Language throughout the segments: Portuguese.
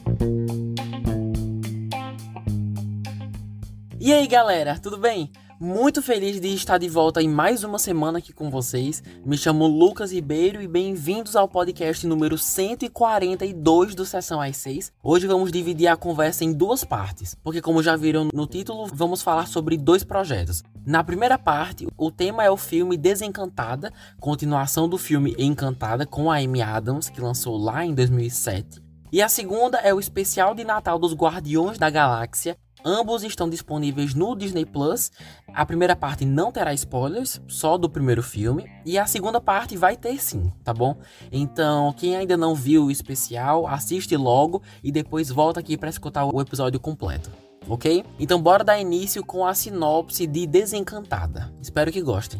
E aí galera, tudo bem? Muito feliz de estar de volta em mais uma semana aqui com vocês. Me chamo Lucas Ribeiro e bem-vindos ao podcast número 142 do Sessão às 6. Hoje vamos dividir a conversa em duas partes, porque como já viram no título, vamos falar sobre dois projetos. Na primeira parte, o tema é o filme Desencantada, continuação do filme Encantada com a Amy Adams, que lançou lá em 2007. E a segunda é o especial de Natal dos Guardiões da Galáxia. Ambos estão disponíveis no Disney Plus. A primeira parte não terá spoilers, só do primeiro filme. E a segunda parte vai ter sim, tá bom? Então, quem ainda não viu o especial, assiste logo e depois volta aqui para escutar o episódio completo, ok? Então bora dar início com a sinopse de Desencantada. Espero que gostem.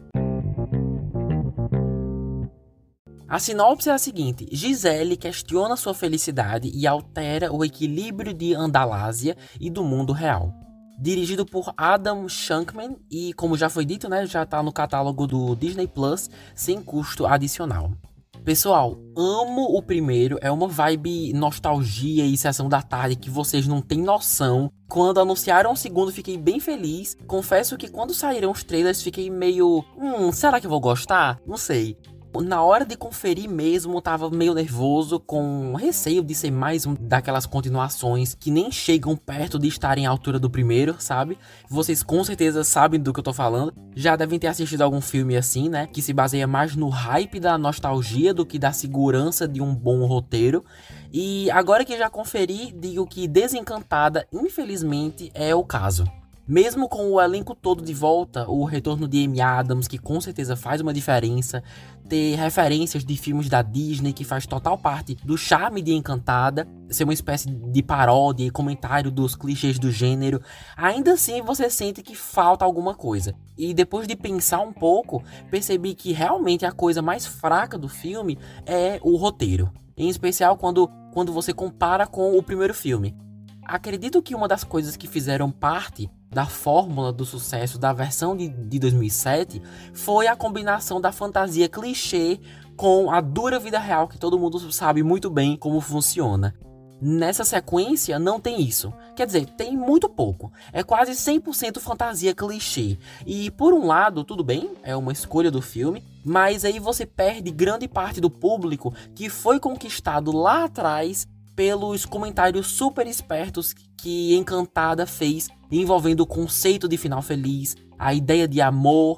A sinopse é a seguinte: Gisele questiona sua felicidade e altera o equilíbrio de Andalásia e do mundo real. Dirigido por Adam Shankman e, como já foi dito, né, já tá no catálogo do Disney Plus sem custo adicional. Pessoal, amo o primeiro, é uma vibe nostalgia e sessão da tarde que vocês não têm noção. Quando anunciaram o segundo, fiquei bem feliz. Confesso que quando saíram os trailers, fiquei meio... será que eu vou gostar? Não sei. Na hora de conferir mesmo, tava meio nervoso, com receio de ser mais um daquelas continuações que nem chegam perto de estarem à altura do primeiro, sabe? Vocês com certeza sabem do que eu tô falando. Já devem ter assistido algum filme assim, né? Que se baseia mais no hype da nostalgia do que da segurança de um bom roteiro. E agora que já conferi, digo que Desencantada, infelizmente, é o caso. Mesmo com o elenco todo de volta, o retorno de Amy Adams, que com certeza faz uma diferença, ter referências de filmes da Disney, que faz total parte do charme de Encantada, ser uma espécie de paródia e comentário dos clichês do gênero, ainda assim você sente que falta alguma coisa. E depois de pensar um pouco, percebi que realmente a coisa mais fraca do filme é o roteiro. Em especial quando você compara com o primeiro filme. Acredito que uma das coisas que fizeram parte da fórmula do sucesso da versão de 2007 foi a combinação da fantasia clichê com a dura vida real, que todo mundo sabe muito bem como funciona. Nessa sequência não tem isso, quer dizer, tem muito pouco, é quase 100% fantasia clichê. E por um lado, tudo bem, é uma escolha do filme, mas aí você perde grande parte do público que foi conquistado lá atrás pelos comentários super espertos que Encantada fez envolvendo o conceito de final feliz, a ideia de amor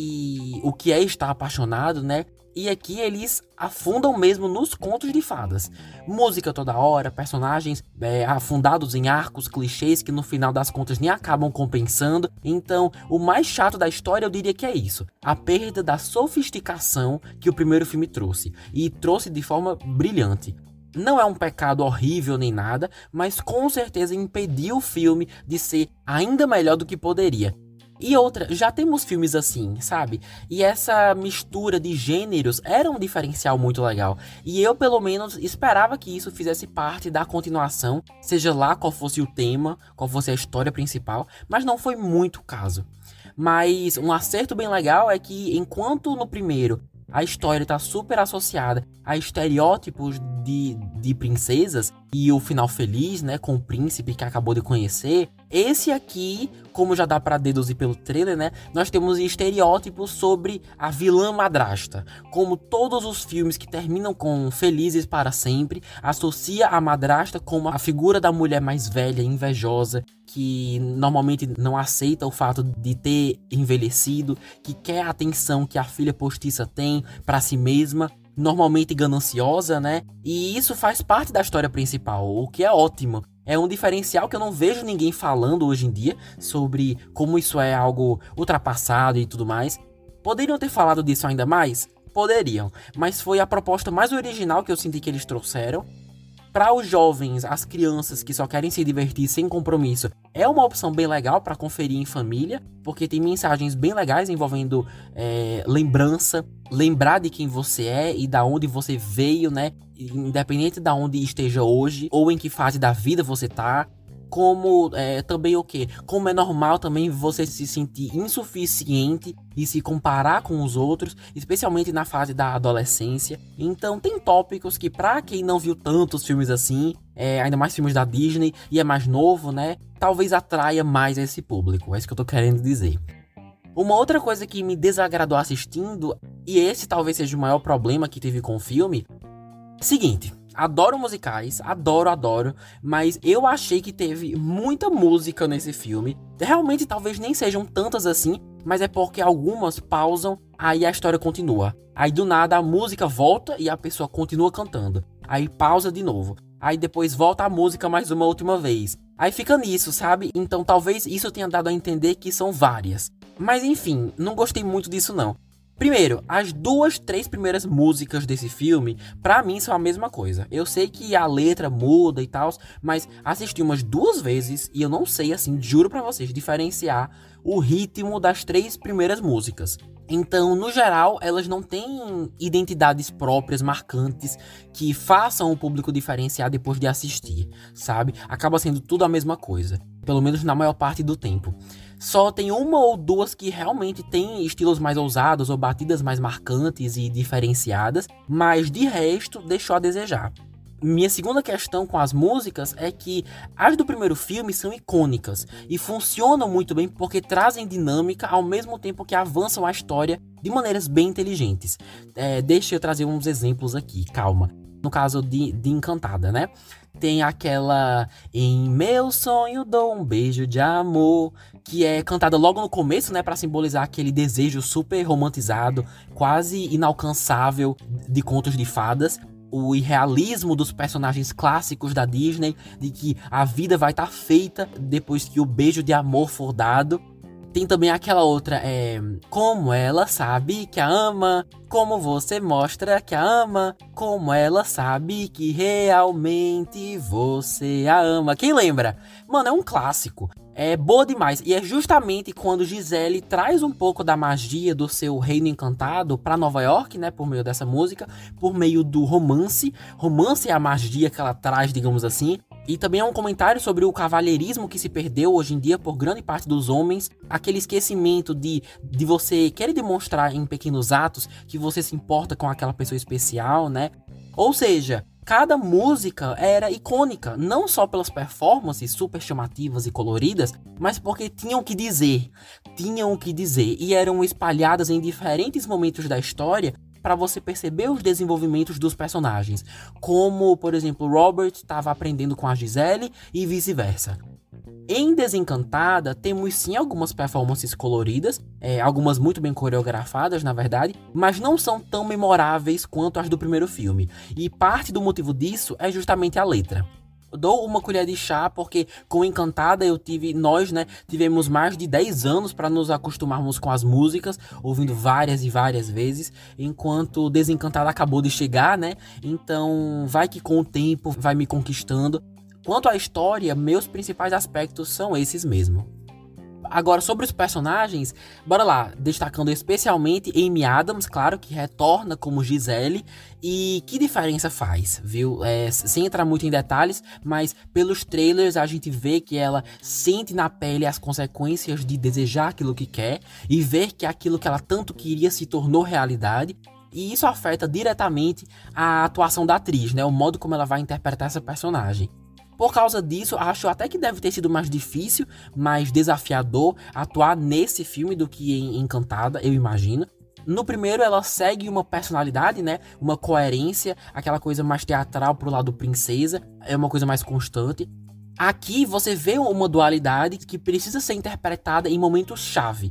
e o que é estar apaixonado, né? E aqui eles afundam mesmo nos contos de fadas. Música toda hora, personagens afundados em arcos clichês que no final das contas nem acabam compensando. Então, o mais chato da história eu diria que é isso: a perda da sofisticação que o primeiro filme trouxe. E trouxe de forma brilhante. Não é um pecado horrível nem nada, mas com certeza impediu o filme de ser ainda melhor do que poderia. E outra, já temos filmes assim, sabe? E essa mistura de gêneros era um diferencial muito legal. E eu, pelo menos, esperava que isso fizesse parte da continuação, seja lá qual fosse o tema, qual fosse a história principal, mas não foi muito o caso. Mas um acerto bem legal é que, enquanto no primeiro a história está super associada a estereótipos de princesas e o final feliz, né, com o príncipe que acabou de conhecer, esse aqui, como já dá pra deduzir pelo trailer, né, nós temos estereótipos sobre a vilã madrasta. Como todos os filmes que terminam com felizes para sempre, associa a madrasta como a figura da mulher mais velha, invejosa, que normalmente não aceita o fato de ter envelhecido, que quer a atenção que a filha postiça tem para si mesma, normalmente gananciosa, né? E isso faz parte da história principal, o que é ótimo. É um diferencial que eu não vejo ninguém falando hoje em dia sobre como isso é algo ultrapassado e tudo mais. Poderiam ter falado disso ainda mais? Poderiam, mas foi a proposta mais original que eu senti que eles trouxeram. Para os jovens, as crianças que só querem se divertir sem compromisso, é uma opção bem legal para conferir em família, porque tem mensagens bem legais envolvendo lembrança, lembrar de quem você é e da onde você veio, né? Independente de onde esteja hoje ou em que fase da vida você tá. como também o quê? Como é normal também você se sentir insuficiente e se comparar com os outros, especialmente na fase da adolescência. Então tem tópicos que pra quem não viu tantos filmes assim, ainda mais filmes da Disney e é mais novo, né, talvez atraia mais esse público, é isso que eu tô querendo dizer. Uma outra coisa que me desagradou assistindo, e esse talvez seja o maior problema que tive com o filme, seguinte... Adoro musicais, adoro, mas eu achei que teve muita música nesse filme. Realmente talvez nem sejam tantas assim, mas é porque algumas pausam, aí a história continua. Aí do nada a música volta e a pessoa continua cantando. Aí pausa de novo. Aí depois volta a música mais uma última vez. Aí fica nisso, sabe? Então talvez isso tenha dado a entender que são várias. Mas enfim, não gostei muito disso não. Primeiro, as 3 primeiras músicas desse filme, pra mim, são a mesma coisa. Eu sei que a letra muda e tal, mas assisti umas 2 vezes e eu não sei, assim, juro pra vocês, diferenciar o ritmo das 3 primeiras músicas. Então, no geral, elas não têm identidades próprias, marcantes, que façam o público diferenciar depois de assistir, sabe? Acaba sendo tudo a mesma coisa, pelo menos na maior parte do tempo. Só tem uma ou duas que realmente têm estilos mais ousados ou batidas mais marcantes e diferenciadas, mas de resto deixou a desejar. Minha segunda questão com as músicas é que as do primeiro filme são icônicas e funcionam muito bem porque trazem dinâmica ao mesmo tempo que avançam a história de maneiras bem inteligentes. Deixa eu trazer uns exemplos aqui, calma. No caso de Encantada, né? Tem aquela Em meu sonho dou um beijo de amor, que é cantada logo no começo, né, para simbolizar aquele desejo super romantizado, quase inalcançável de contos de fadas. O irrealismo dos personagens clássicos da Disney, de que a vida vai estar feita depois que o beijo de amor for dado. Tem também aquela outra, como ela sabe que a ama, como você mostra que a ama, como ela sabe que realmente você a ama. Quem lembra? Mano, é um clássico. É boa demais. E é justamente quando Gisele traz um pouco da magia do seu reino encantado pra Nova York, né? Por meio dessa música, por meio do romance. Romance é a magia que ela traz, digamos assim. E também é um comentário sobre o cavalheirismo que se perdeu hoje em dia por grande parte dos homens. Aquele esquecimento de você querer demonstrar em pequenos atos que você se importa com aquela pessoa especial, né? Ou seja, cada música era icônica, não só pelas performances super chamativas e coloridas, mas porque tinham que dizer, e eram espalhadas em diferentes momentos da história para você perceber os desenvolvimentos dos personagens, como, por exemplo, Robert estava aprendendo com a Gisele e vice-versa. Em Desencantada, temos sim algumas performances coloridas, algumas muito bem coreografadas, na verdade, mas não são tão memoráveis quanto as do primeiro filme. E parte do motivo disso é justamente a letra. Eu dou uma colher de chá porque com Encantada nós tivemos mais de 10 anos para nos acostumarmos com as músicas, ouvindo várias e várias vezes, enquanto Desencantada acabou de chegar, né? Então vai que com o tempo vai me conquistando. Quanto à história, meus principais aspectos são esses mesmo. Agora, sobre os personagens, bora lá, destacando especialmente Amy Adams, claro, que retorna como Gisele, e que diferença faz, viu? Sem entrar muito em detalhes, mas pelos trailers a gente vê que ela sente na pele as consequências de desejar aquilo que quer, e ver que aquilo que ela tanto queria se tornou realidade. E isso afeta diretamente a atuação da atriz, né? O modo como ela vai interpretar essa personagem. Por causa disso, acho até que deve ter sido mais difícil, mais desafiador atuar nesse filme do que em Encantada, eu imagino. No primeiro, ela segue uma personalidade, né? Uma coerência, aquela coisa mais teatral pro lado princesa, é uma coisa mais constante. Aqui você vê uma dualidade que precisa ser interpretada em momentos-chave,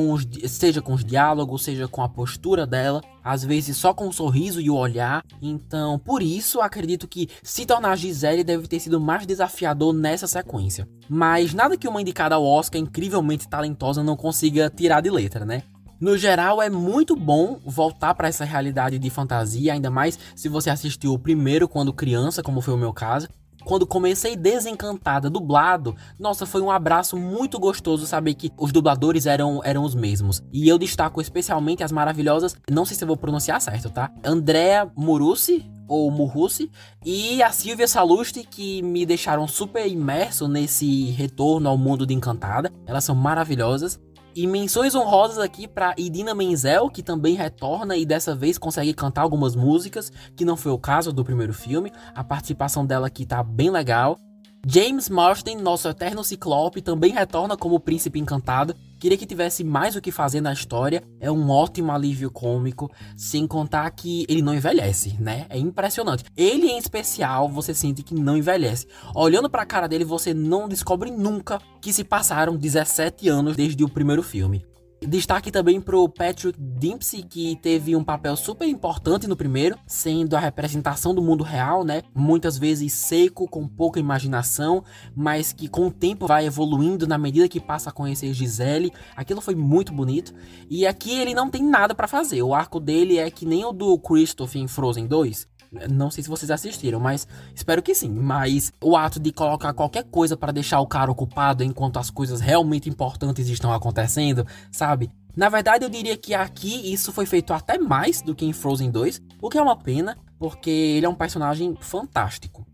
seja com os diálogos, seja com a postura dela, às vezes só com o sorriso e o olhar. Então, por isso, acredito que se tornar Gisele deve ter sido mais desafiador nessa sequência. Mas nada que uma indicada ao Oscar incrivelmente talentosa não consiga tirar de letra, né? No geral, é muito bom voltar para essa realidade de fantasia, ainda mais se você assistiu o primeiro quando criança, como foi o meu caso. Quando comecei Desencantada dublado, nossa, foi um abraço muito gostoso saber que os dubladores eram os mesmos. E eu destaco especialmente as maravilhosas, não sei se eu vou pronunciar certo, tá? Andrea Murucci, ou Murrusi, e a Silvia Salusti, que me deixaram super imerso nesse retorno ao mundo de Encantada. Elas são maravilhosas. E menções honrosas aqui para Idina Menzel, que também retorna e dessa vez consegue cantar algumas músicas, que não foi o caso do primeiro filme. A participação dela aqui tá bem legal. James Marsden, nosso eterno Ciclope, também retorna como Príncipe Encantado. Queria que tivesse mais o que fazer na história. É um ótimo alívio cômico, sem contar que ele não envelhece, né? É impressionante. Ele, em especial, você sente que não envelhece. Olhando pra cara dele, você não descobre nunca que se passaram 17 anos desde o primeiro filme. Destaque também pro Patrick Dempsey, que teve um papel super importante no primeiro, sendo a representação do mundo real, né? Muitas vezes seco, com pouca imaginação, mas que com o tempo vai evoluindo na medida que passa a conhecer Gisele. Aquilo foi muito bonito. E aqui ele não tem nada pra fazer. O arco dele é que nem o do Kristoff em Frozen 2. Não sei se vocês assistiram, mas espero que sim. Mas o ato de colocar qualquer coisa para deixar o cara ocupado enquanto as coisas realmente importantes estão acontecendo, sabe? Na verdade, eu diria que aqui isso foi feito até mais do que em Frozen 2, o que é uma pena, porque ele é um personagem fantástico.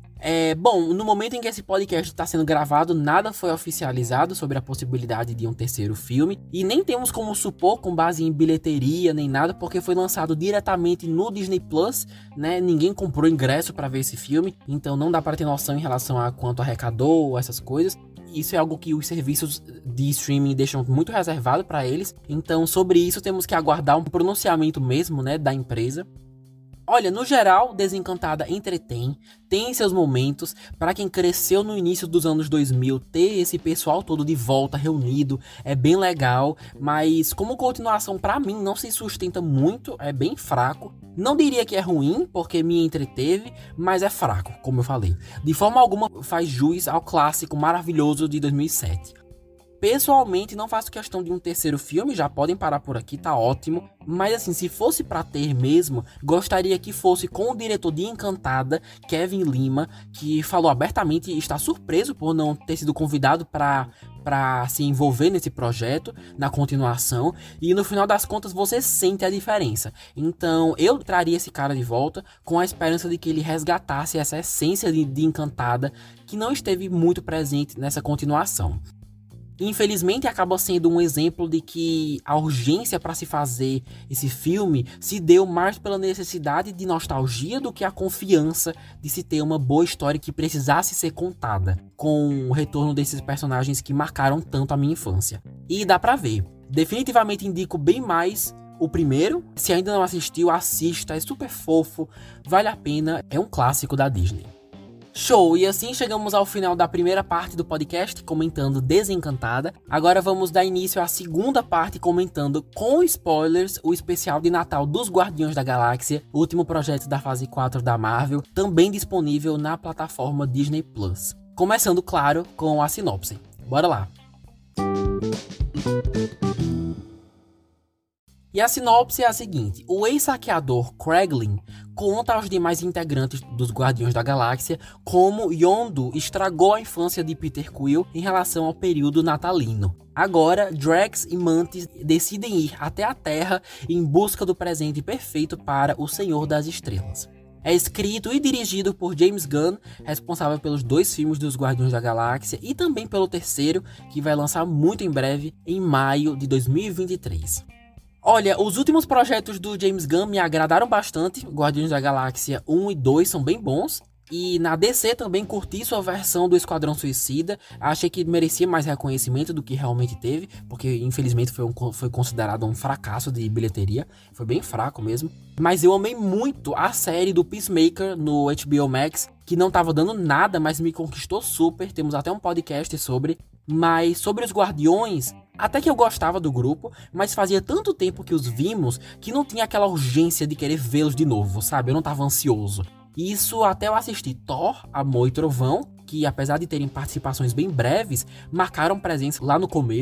Bom, no momento em que esse podcast está sendo gravado, nada foi oficializado sobre a possibilidade de um terceiro filme, e nem temos como supor com base em bilheteria nem nada, porque foi lançado diretamente no Disney Plus, né? Ninguém comprou ingresso para ver esse filme, então não dá para ter noção em relação a quanto arrecadou, essas coisas. Isso é algo que os serviços de streaming deixam muito reservado para eles, então sobre isso temos que aguardar um pronunciamento mesmo, né, da empresa. Olha, no geral, Desencantada entretém, tem seus momentos. Para quem cresceu no início dos anos 2000, ter esse pessoal todo de volta, reunido, é bem legal. Mas como continuação, para mim, não se sustenta muito, é bem fraco. Não diria que é ruim, porque me entreteve, mas é fraco, como eu falei. De forma alguma faz jus ao clássico maravilhoso de 2007. Pessoalmente, não faço questão de um terceiro filme, já podem parar por aqui, tá ótimo. Mas assim, se fosse pra ter mesmo, gostaria que fosse com o diretor de Encantada, Kevin Lima, que falou abertamente e está surpreso por não ter sido convidado pra se envolver nesse projeto, na continuação. E no final das contas, você sente a diferença. Então, eu traria esse cara de volta com a esperança de que ele resgatasse essa essência de Encantada, que não esteve muito presente nessa continuação. Infelizmente, acaba sendo um exemplo de que a urgência para se fazer esse filme se deu mais pela necessidade de nostalgia do que a confiança de se ter uma boa história que precisasse ser contada, com o retorno desses personagens que marcaram tanto a minha infância. E dá pra ver. Definitivamente indico bem mais o primeiro. Se ainda não assistiu, assista, é super fofo, vale a pena, é um clássico da Disney. Show! E assim chegamos ao final da primeira parte do podcast, comentando Desencantada. Agora vamos dar início à segunda parte, comentando com spoilers o especial de Natal dos Guardiões da Galáxia, o último projeto da fase 4 da Marvel, também disponível na plataforma Disney Plus. Começando, claro, com a sinopse. Bora lá! E a sinopse é a seguinte: o ex-saqueador Kraglin conta aos demais integrantes dos Guardiões da Galáxia como Yondu estragou a infância de Peter Quill em relação ao período natalino. Agora, Drax e Mantis decidem ir até a Terra em busca do presente perfeito para o Senhor das Estrelas. É escrito e dirigido por James Gunn, responsável pelos 2 filmes dos Guardiões da Galáxia e também pelo terceiro, que vai lançar muito em breve, em maio de 2023. Olha, os últimos projetos do James Gunn me agradaram bastante. Guardiões da Galáxia 1 e 2 são bem bons. E na DC também curti sua versão do Esquadrão Suicida. Achei que merecia mais reconhecimento do que realmente teve, porque infelizmente foi considerado um fracasso de bilheteria. Foi bem fraco mesmo. Mas eu amei muito a série do Peacemaker no HBO Max, que não tava dando nada, mas me conquistou super. Temos até um podcast sobre. Mas sobre os Guardiões, até que eu gostava do grupo, mas fazia tanto tempo que os vimos que não tinha aquela urgência de querer vê-los de novo, sabe? Eu não tava ansioso. Isso até eu assisti Thor, Amor e Trovão, que apesar de terem participações bem breves, marcaram presença lá no começo.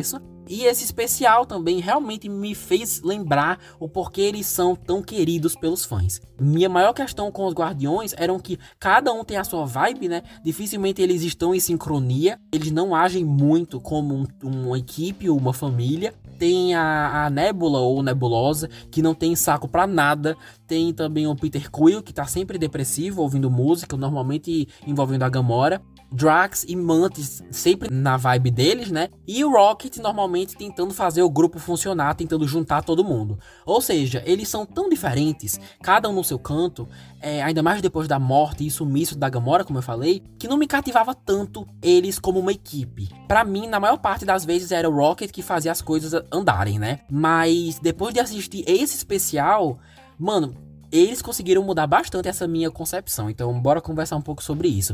E esse especial também realmente me fez lembrar o porquê eles são tão queridos pelos fãs. Minha maior questão com os Guardiões era que cada um tem a sua vibe, né? Dificilmente eles estão em sincronia, eles não agem muito como uma equipe ou uma família. Tem a Nebula ou Nebulosa, que não tem saco pra nada. Tem também o Peter Quill, que tá sempre depressivo, ouvindo música, normalmente envolvendo a Gamora. Drax e Mantis sempre na vibe deles, né? E o Rocket normalmente tentando fazer o grupo funcionar, tentando juntar todo mundo. Ou seja, eles são tão diferentes, cada um no seu canto, ainda mais depois da morte e sumiço da Gamora, como eu falei, que não me cativava tanto eles como uma equipe. Pra mim, na maior parte das vezes era o Rocket que fazia as coisas andarem, né? Mas depois de assistir esse especial, mano, eles conseguiram mudar bastante essa minha concepção. Então, bora conversar um pouco sobre isso.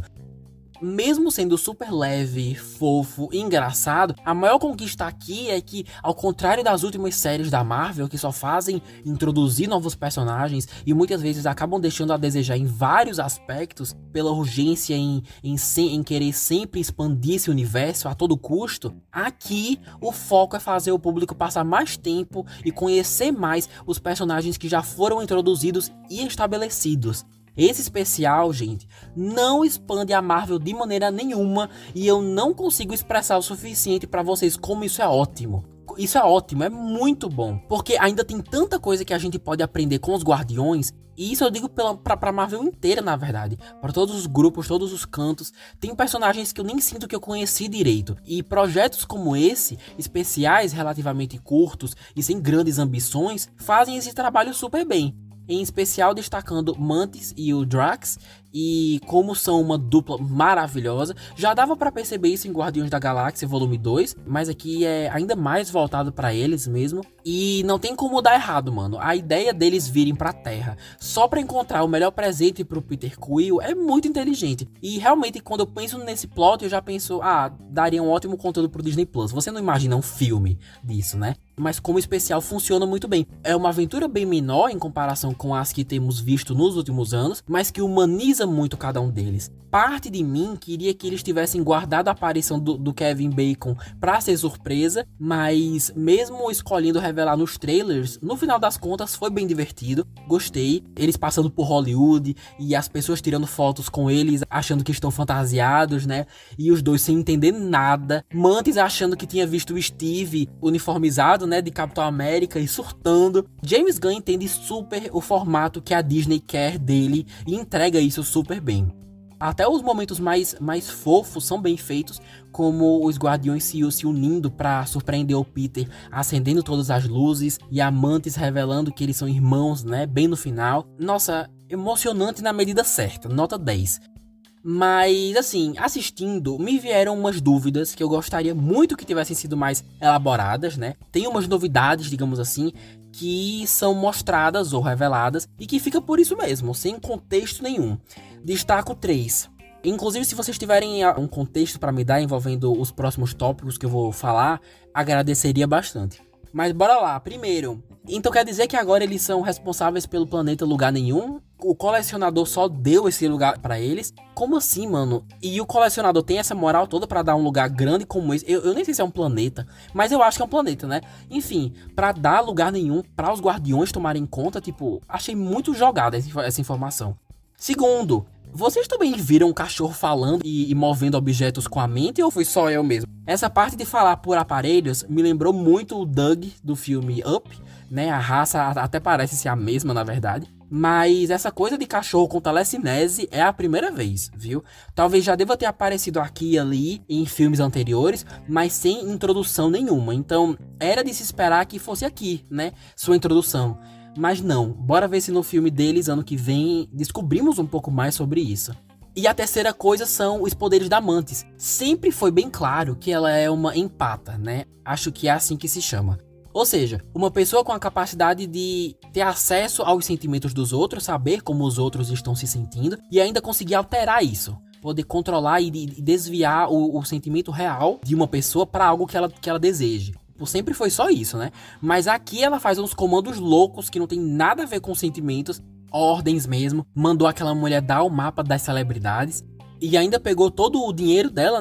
Mesmo sendo super leve, fofo e engraçado, a maior conquista aqui é que, ao contrário das últimas séries da Marvel, que só fazem introduzir novos personagens e muitas vezes acabam deixando a desejar em vários aspectos, pela urgência em querer sempre expandir esse universo a todo custo, aqui o foco é fazer o público passar mais tempo e conhecer mais os personagens que já foram introduzidos e estabelecidos. Esse especial, gente, não expande a Marvel de maneira nenhuma e eu não consigo expressar o suficiente pra vocês como isso é ótimo. Isso é ótimo, é muito bom, porque ainda tem tanta coisa que a gente pode aprender com os Guardiões, e isso eu digo pra Marvel inteira, na verdade, para todos os grupos, todos os cantos. Tem personagens que eu nem sinto que eu conheci direito, e projetos como esse, especiais relativamente curtos e sem grandes ambições, fazem esse trabalho super bem. Em especial destacando Mantis e o Drax, e como são uma dupla maravilhosa. Já dava pra perceber isso em Guardiões da Galáxia Volume 2, mas aqui é ainda mais voltado pra eles mesmo. E não tem como dar errado, mano. A ideia deles virem pra Terra só pra encontrar o melhor presente pro Peter Quill é muito inteligente. E realmente, quando eu penso nesse plot, eu já penso, daria um ótimo conteúdo pro Disney Plus. Você não imagina um filme disso, né? Mas como especial funciona muito bem. É uma aventura bem menor em comparação com as que temos visto nos últimos anos, mas que humaniza muito cada um deles. Parte de mim queria que eles tivessem guardado a aparição do Kevin Bacon pra ser surpresa, mas mesmo escolhendo revelar nos trailers, no final das contas foi bem divertido, gostei. Eles passando por Hollywood e as pessoas tirando fotos com eles, achando que estão fantasiados, né? E os dois sem entender nada. Mantis achando que tinha visto o Steve uniformizado, né, de Capitão América e surtando. James Gunn entende super o formato que a Disney quer dele e entrega isso super bem. Até os momentos mais fofos são bem feitos, como os Guardiões se unindo pra surpreender o Peter, acendendo todas as luzes, e a Mantis revelando que eles são irmãos, né, bem no final. Nossa, emocionante na medida certa, nota 10. Mas, assim, assistindo, me vieram umas dúvidas que eu gostaria muito que tivessem sido mais elaboradas, né? Tem umas novidades, digamos assim, que são mostradas ou reveladas e que fica por isso mesmo, sem contexto nenhum. Destaco 3. Inclusive, se vocês tiverem um contexto para me dar envolvendo os próximos tópicos que eu vou falar, agradeceria bastante. Mas bora lá. Primeiro, então quer dizer que agora eles são responsáveis pelo planeta Lugar Nenhum? O colecionador só deu esse lugar pra eles? Como assim, mano? E o colecionador tem essa moral toda pra dar um lugar grande como esse? Eu nem sei se é um planeta, mas eu acho que é um planeta, né? Enfim, pra dar lugar nenhum pra os Guardiões tomarem conta, tipo, achei muito jogada essa informação. Segundo, vocês também viram um cachorro falando e movendo objetos com a mente, ou foi só eu mesmo? Essa parte de falar por aparelhos me lembrou muito o Doug do filme Up, né? A raça até parece ser a mesma, na verdade. Mas essa coisa de cachorro com telecinese é a primeira vez, viu? Talvez já deva ter aparecido aqui e ali em filmes anteriores, mas sem introdução nenhuma. Então, era de se esperar que fosse aqui, né? Sua introdução. Mas não, bora ver se no filme deles, ano que vem, descobrimos um pouco mais sobre isso. E a terceira coisa são os poderes da Mantis. Sempre foi bem claro que ela é uma empata, né? Acho que é assim que se chama. Ou seja, uma pessoa com a capacidade de ter acesso aos sentimentos dos outros, saber como os outros estão se sentindo e ainda conseguir alterar isso. Poder controlar e desviar o sentimento real de uma pessoa para algo que ela deseje. Sempre foi só isso, né? Mas aqui ela faz uns comandos loucos que não tem nada a ver com sentimentos, ordens mesmo. Mandou aquela mulher dar o mapa das celebridades e ainda pegou todo o dinheiro dela, né?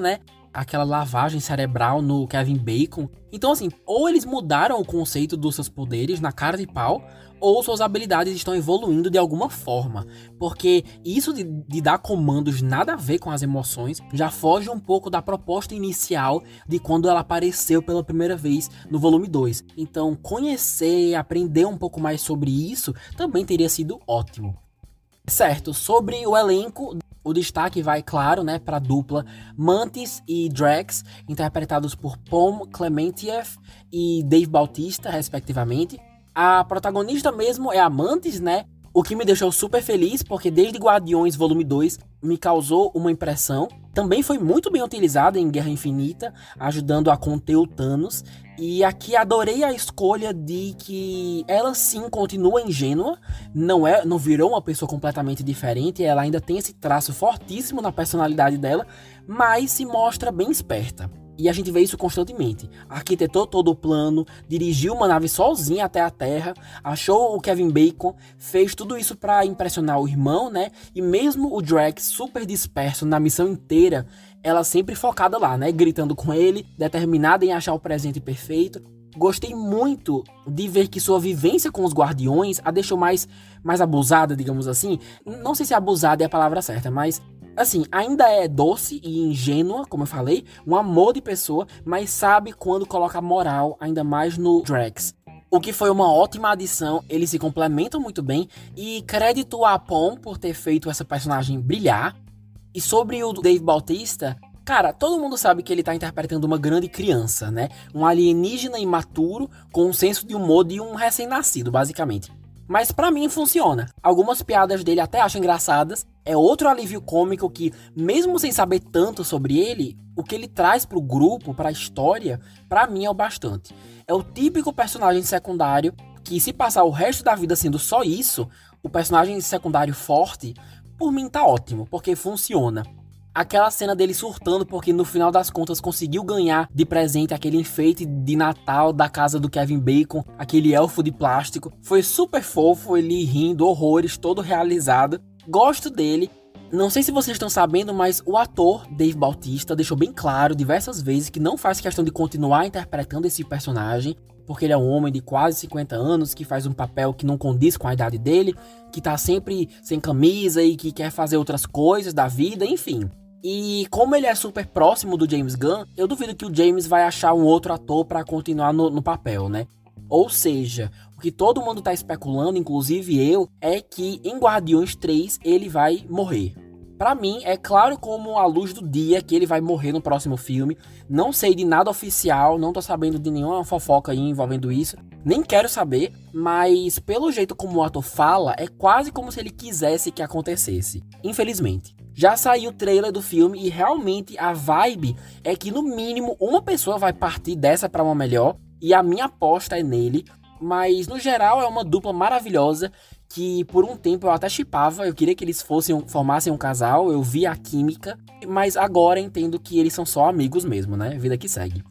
aquela lavagem cerebral no Kevin Bacon. Então, assim, ou eles mudaram o conceito dos seus poderes na cara de pau, ou suas habilidades estão evoluindo de alguma forma. Porque isso de dar comandos nada a ver com as emoções já foge um pouco da proposta inicial de quando ela apareceu pela primeira vez no volume 2. Então, conhecer, aprender um pouco mais sobre isso também teria sido ótimo. Certo, sobre o elenco, o destaque vai, claro, né, para a dupla Mantis e Drax, interpretados por Pom Klementieff e Dave Bautista, respectivamente. A protagonista mesmo é a Mantis, né? O que me deixou super feliz, porque desde Guardiões Volume 2 me causou uma impressão. Também foi muito bem utilizada em Guerra Infinita, ajudando a conter o Thanos. E aqui adorei a escolha de que ela sim continua ingênua, não virou uma pessoa completamente diferente, ela ainda tem esse traço fortíssimo na personalidade dela, mas se mostra bem esperta. E a gente vê isso constantemente. Arquitetou todo o plano, dirigiu uma nave sozinha até a Terra, achou o Kevin Bacon, fez tudo isso pra impressionar o irmão, né? E mesmo o Drax super disperso na missão inteira, ela sempre focada lá, né? Gritando com ele, determinada em achar o presente perfeito. Gostei muito de ver que sua vivência com os Guardiões a deixou mais abusada, digamos assim. Não sei se abusada é a palavra certa, mas assim, ainda é doce e ingênua, como eu falei, um amor de pessoa, mas sabe quando coloca moral, ainda mais no Drax. O que foi uma ótima adição, eles se complementam muito bem, e crédito a Pom por ter feito essa personagem brilhar. E sobre o Dave Bautista, cara, todo mundo sabe que ele tá interpretando uma grande criança, né? Um alienígena imaturo, com um senso de humor de um recém-nascido, basicamente. Mas pra mim funciona. Algumas piadas dele até acho engraçadas. É outro alívio cômico que, mesmo sem saber tanto sobre ele, o que ele traz pro grupo, pra história, pra mim é o bastante. É o típico personagem secundário que, se passar o resto da vida sendo só isso, o personagem secundário forte, por mim tá ótimo, porque funciona. Aquela cena dele surtando porque no final das contas conseguiu ganhar de presente aquele enfeite de Natal da casa do Kevin Bacon, aquele elfo de plástico. Foi super fofo, ele rindo, horrores, todo realizado. Gosto dele. Não sei se vocês estão sabendo, mas o ator Dave Bautista deixou bem claro diversas vezes que não faz questão de continuar interpretando esse personagem, porque ele é um homem de quase 50 anos, que faz um papel que não condiz com a idade dele, que tá sempre sem camisa e que quer fazer outras coisas da vida, enfim. E como ele é super próximo do James Gunn, eu duvido que o James vai achar um outro ator pra continuar no papel, né? Ou seja, o que todo mundo tá especulando, inclusive eu, é que em Guardiões 3 ele vai morrer. Pra mim, é claro como a luz do dia que ele vai morrer no próximo filme. Não sei de nada oficial, não tô sabendo de nenhuma fofoca aí envolvendo isso. Nem quero saber, mas pelo jeito como o ator fala, é quase como se ele quisesse que acontecesse. Infelizmente. Já saiu o trailer do filme e realmente a vibe é que no mínimo uma pessoa vai partir dessa pra uma melhor. E a minha aposta é nele. Mas no geral é uma dupla maravilhosa que por um tempo eu até shippava, eu queria que eles formassem um casal, eu vi a química, mas agora entendo que eles são só amigos mesmo, né? Vida que segue.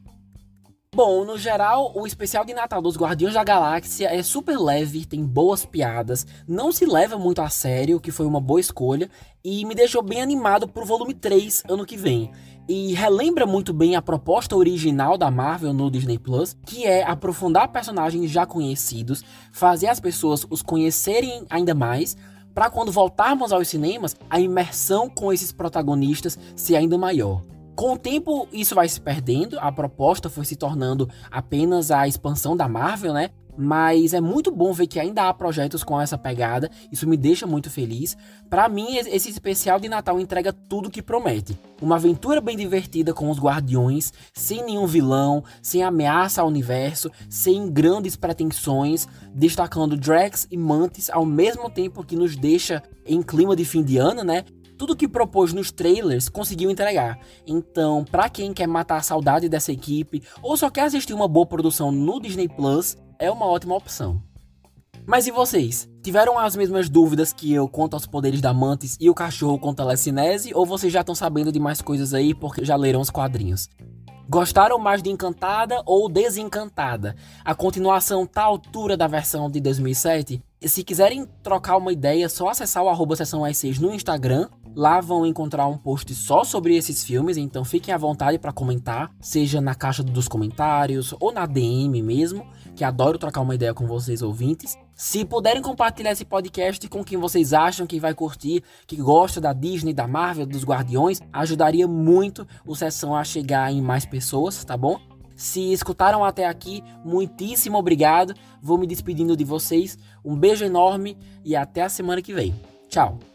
Bom, no geral, o especial de Natal dos Guardiões da Galáxia é super leve, tem boas piadas, não se leva muito a sério, o que foi uma boa escolha, e me deixou bem animado pro volume 3 ano que vem. E relembra muito bem a proposta original da Marvel no Disney Plus, que é aprofundar personagens já conhecidos, fazer as pessoas os conhecerem ainda mais, para quando voltarmos aos cinemas, a imersão com esses protagonistas ser ainda maior. Com o tempo, isso vai se perdendo, a proposta foi se tornando apenas a expansão da Marvel, né? Mas é muito bom ver que ainda há projetos com essa pegada, isso me deixa muito feliz. Pra mim, esse especial de Natal entrega tudo que promete. Uma aventura bem divertida com os Guardiões, sem nenhum vilão, sem ameaça ao universo, sem grandes pretensões, destacando Drax e Mantis ao mesmo tempo que nos deixa em clima de fim de ano, né? Tudo que propôs nos trailers conseguiu entregar. Então, pra quem quer matar a saudade dessa equipe ou só quer assistir uma boa produção no Disney Plus, é uma ótima opção. Mas e vocês? Tiveram as mesmas dúvidas que eu quanto aos poderes da Mantis e o cachorro com telecinese? Ou vocês já estão sabendo de mais coisas aí porque já leram os quadrinhos? Gostaram mais de Encantada ou Desencantada? A continuação tá à altura da versão de 2007? Se quiserem trocar uma ideia, é só acessar o @sessãoS6 no Instagram Lá vão encontrar um post só sobre esses filmes, então fiquem à vontade para comentar, seja na caixa dos comentários ou na DM mesmo, que adoro trocar uma ideia com vocês ouvintes. Se puderem compartilhar esse podcast com quem vocês acham que vai curtir, que gosta da Disney, da Marvel, dos Guardiões, ajudaria muito o Sessão a chegar em mais pessoas, tá bom? Se escutaram até aqui, muitíssimo obrigado. Vou me despedindo de vocês. Um beijo enorme e até a semana que vem. Tchau!